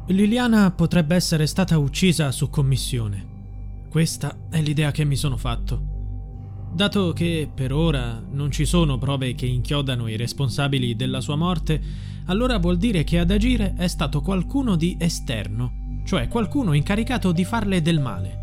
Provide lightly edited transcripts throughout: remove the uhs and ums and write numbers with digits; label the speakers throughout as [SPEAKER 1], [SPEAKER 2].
[SPEAKER 1] Liliana potrebbe essere stata uccisa su commissione. Questa è l'idea che mi sono fatto. Dato che per ora non ci sono prove che inchiodano i responsabili della sua morte, allora vuol dire che ad agire è stato qualcuno di esterno, cioè qualcuno incaricato di farle del male.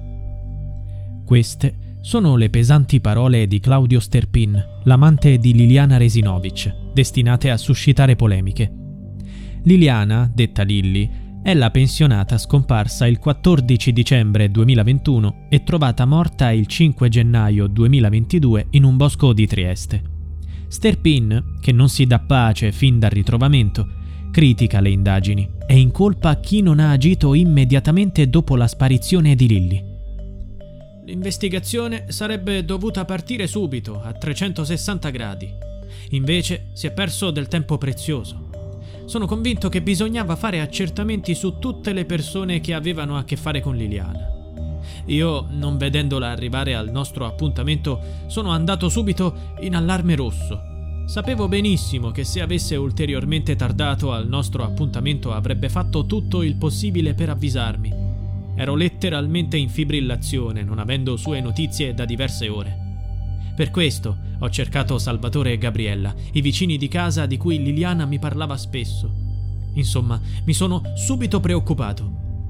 [SPEAKER 2] Queste sono le pesanti parole di Claudio Sterpin, l'amante di Liliana Resinovic, destinate a suscitare polemiche. Liliana, detta Lilly, è la pensionata scomparsa il 14 dicembre 2021 e trovata morta il 5 gennaio 2022 in un bosco di Trieste. Sterpin, che non si dà pace fin dal ritrovamento, critica le indagini e incolpa chi non ha agito immediatamente dopo la sparizione di Lilly.
[SPEAKER 1] L'investigazione sarebbe dovuta partire subito, a 360 gradi. Invece si è perso del tempo prezioso. Sono convinto che bisognava fare accertamenti su tutte le persone che avevano a che fare con Liliana. Io, non vedendola arrivare al nostro appuntamento, sono andato subito in allarme rosso. Sapevo benissimo che se avesse ulteriormente tardato al nostro appuntamento avrebbe fatto tutto il possibile per avvisarmi. Ero letteralmente in fibrillazione, non avendo sue notizie da diverse ore. Per questo ho cercato Salvatore e Gabriella, i vicini di casa di cui Liliana mi parlava spesso. Insomma, mi sono subito preoccupato.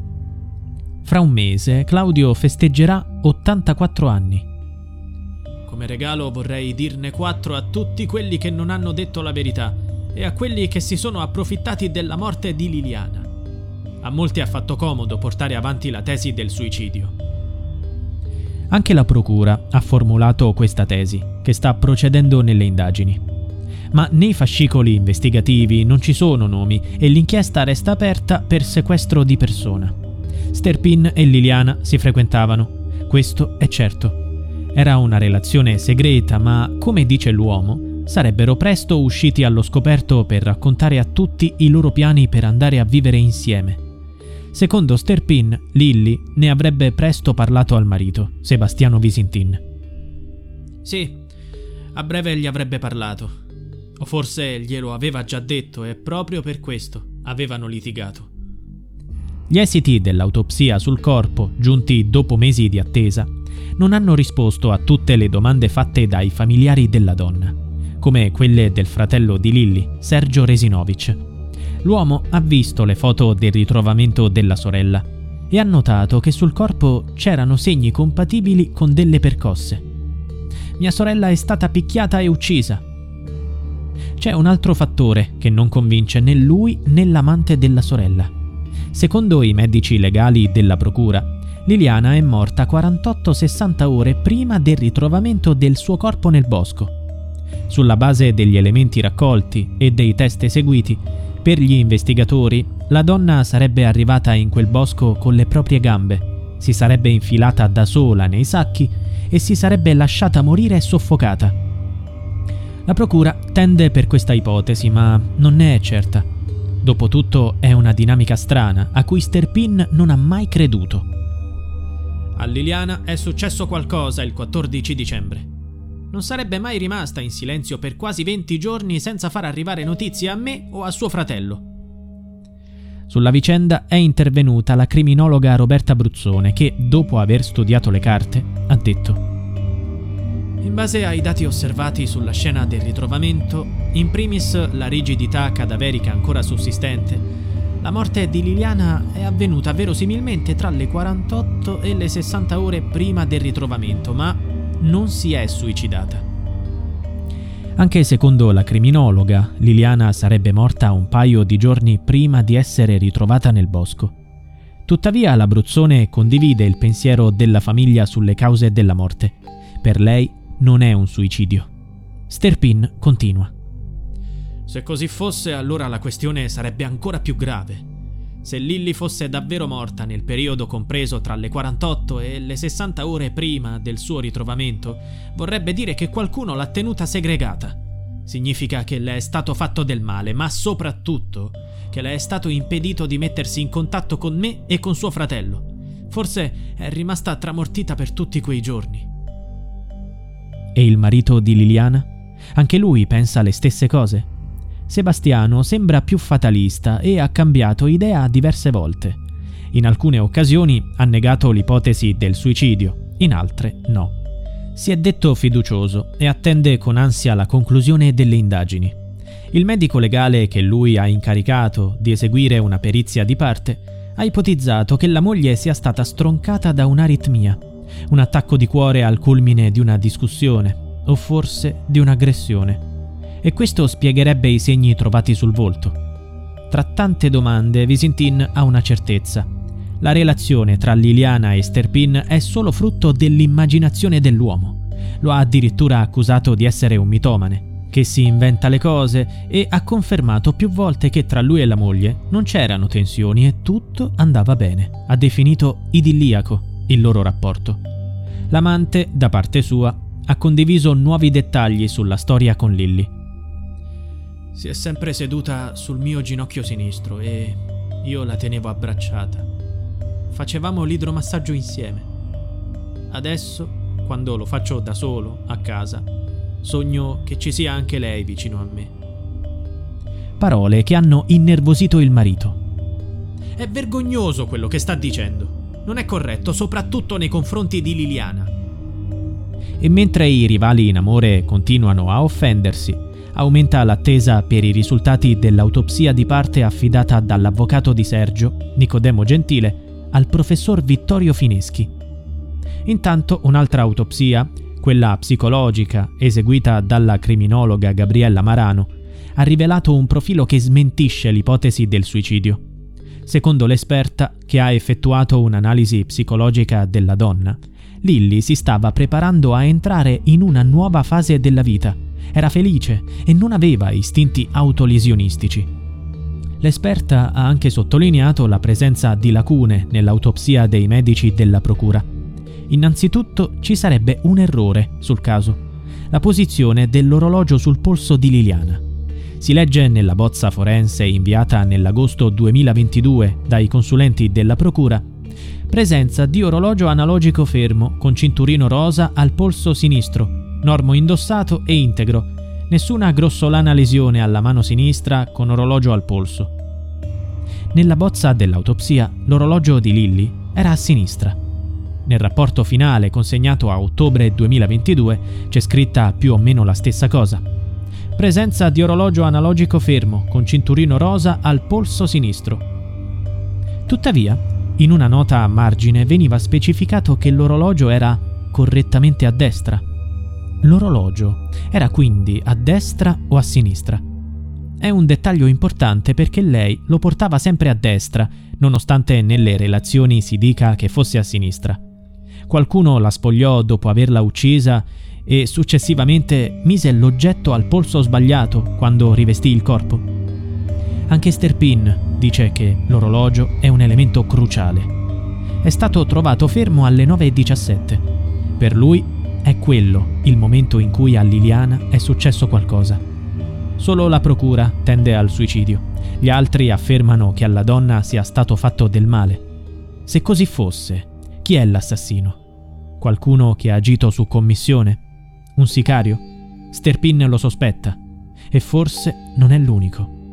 [SPEAKER 2] Fra un mese Claudio festeggerà 84 anni.
[SPEAKER 1] Come regalo vorrei dirne 4 a tutti quelli che non hanno detto la verità e a quelli che si sono approfittati della morte di Liliana. A molti ha fatto comodo portare avanti la tesi del suicidio.
[SPEAKER 2] Anche la procura ha formulato questa tesi, che sta procedendo nelle indagini. Ma nei fascicoli investigativi non ci sono nomi e l'inchiesta resta aperta per sequestro di persona. Sterpin e Liliana si frequentavano, questo è certo. Era una relazione segreta, ma, come dice l'uomo, sarebbero presto usciti allo scoperto per raccontare a tutti i loro piani per andare a vivere insieme. Secondo Sterpin, Lilly ne avrebbe presto parlato al marito, Sebastiano Visintin.
[SPEAKER 1] Sì, a breve gli avrebbe parlato. O forse glielo aveva già detto e proprio per questo avevano litigato.
[SPEAKER 2] Gli esiti dell'autopsia sul corpo, giunti dopo mesi di attesa, non hanno risposto a tutte le domande fatte dai familiari della donna, come quelle del fratello di Lilly, Sergio Resinovic. L'uomo ha visto le foto del ritrovamento della sorella e ha notato che sul corpo c'erano segni compatibili con delle percosse. Mia sorella è stata picchiata e uccisa. C'è un altro fattore che non convince né lui né l'amante della sorella. Secondo i medici legali della procura, Liliana è morta 48-60 ore prima del ritrovamento del suo corpo nel bosco. Sulla base degli elementi raccolti e dei test eseguiti, per gli investigatori, la donna sarebbe arrivata in quel bosco con le proprie gambe, si sarebbe infilata da sola nei sacchi e si sarebbe lasciata morire soffocata. La procura tende per questa ipotesi, ma non ne è certa. Dopotutto è una dinamica strana a cui Sterpin non ha mai creduto.
[SPEAKER 1] A Liliana è successo qualcosa il 14 dicembre. Non sarebbe mai rimasta in silenzio per quasi 20 giorni senza far arrivare notizie a me o a suo fratello.
[SPEAKER 2] Sulla vicenda è intervenuta la criminologa Roberta Bruzzone che, dopo aver studiato le carte, ha detto:
[SPEAKER 1] in base ai dati osservati sulla scena del ritrovamento, in primis la rigidità cadaverica ancora sussistente, la morte di Liliana è avvenuta verosimilmente tra le 48 e le 60 ore prima del ritrovamento, ma non si è suicidata.
[SPEAKER 2] Anche secondo la criminologa, Liliana sarebbe morta un paio di giorni prima di essere ritrovata nel bosco. Tuttavia la Bruzzone condivide il pensiero della famiglia sulle cause della morte. Per lei non è un suicidio. Sterpin continua:
[SPEAKER 1] se così fosse, allora la questione sarebbe ancora più grave. Se Lilly fosse davvero morta nel periodo compreso tra le 48 e le 60 ore prima del suo ritrovamento, vorrebbe dire che qualcuno l'ha tenuta segregata. Significa che le è stato fatto del male, ma soprattutto che le è stato impedito di mettersi in contatto con me e con suo fratello. Forse è rimasta tramortita per tutti quei giorni.
[SPEAKER 2] E il marito di Liliana? Anche lui pensa le stesse cose? Sebastiano sembra più fatalista e ha cambiato idea diverse volte. In alcune occasioni ha negato l'ipotesi del suicidio, in altre no. Si è detto fiducioso e attende con ansia la conclusione delle indagini. Il medico legale che lui ha incaricato di eseguire una perizia di parte ha ipotizzato che la moglie sia stata stroncata da un'aritmia, un attacco di cuore al culmine di una discussione o forse di un'aggressione. E questo spiegherebbe i segni trovati sul volto. Tra tante domande, Visintin ha una certezza. La relazione tra Liliana e Sterpin è solo frutto dell'immaginazione dell'uomo. Lo ha addirittura accusato di essere un mitomane, che si inventa le cose, e ha confermato più volte che tra lui e la moglie non c'erano tensioni e tutto andava bene. Ha definito idilliaco il loro rapporto. L'amante, da parte sua, ha condiviso nuovi dettagli sulla storia con Lilly.
[SPEAKER 1] Si è sempre seduta sul mio ginocchio sinistro e io la tenevo abbracciata. Facevamo l'idromassaggio insieme. Adesso, quando lo faccio da solo, a casa, sogno che ci sia anche lei vicino a me.
[SPEAKER 2] Parole che hanno innervosito il marito.
[SPEAKER 1] È vergognoso quello che sta dicendo. Non è corretto, soprattutto nei confronti di Liliana.
[SPEAKER 2] E mentre i rivali in amore continuano a offendersi, aumenta l'attesa per i risultati dell'autopsia di parte affidata dall'avvocato di Sergio, Nicodemo Gentile, al professor Vittorio Fineschi. Intanto un'altra autopsia, quella psicologica eseguita dalla criminologa Gabriella Marano, ha rivelato un profilo che smentisce l'ipotesi del suicidio. Secondo l'esperta, che ha effettuato un'analisi psicologica della donna, Lilly si stava preparando a entrare in una nuova fase della vita. Era felice e non aveva istinti autolesionistici. L'esperta ha anche sottolineato la presenza di lacune nell'autopsia dei medici della procura. Innanzitutto ci sarebbe un errore sul caso: la posizione dell'orologio sul polso di Liliana. Si legge nella bozza forense inviata nell'agosto 2022 dai consulenti della procura: presenza di orologio analogico fermo con cinturino rosa al polso sinistro, normo indossato e integro, nessuna grossolana lesione alla mano sinistra con orologio al polso. Nella bozza dell'autopsia l'orologio di Lilly era a sinistra. Nel rapporto finale consegnato a ottobre 2022 c'è scritta più o meno la stessa cosa: presenza di orologio analogico fermo con cinturino rosa al polso sinistro. Tuttavia, in una nota a margine veniva specificato che l'orologio era correttamente a destra. L'orologio era quindi a destra o a sinistra? È un dettaglio importante perché lei lo portava sempre a destra, nonostante nelle relazioni si dica che fosse a sinistra. Qualcuno la spogliò dopo averla uccisa e successivamente mise l'oggetto al polso sbagliato quando rivestì il corpo. Anche Sterpin dice che l'orologio è un elemento cruciale. È stato trovato fermo alle 9:17. Per lui è quello il momento in cui a Liliana è successo qualcosa. Solo la procura tende al suicidio. Gli altri affermano che alla donna sia stato fatto del male. Se così fosse, chi è l'assassino? Qualcuno che ha agito su commissione? Un sicario? Sterpin lo sospetta. E forse non è l'unico.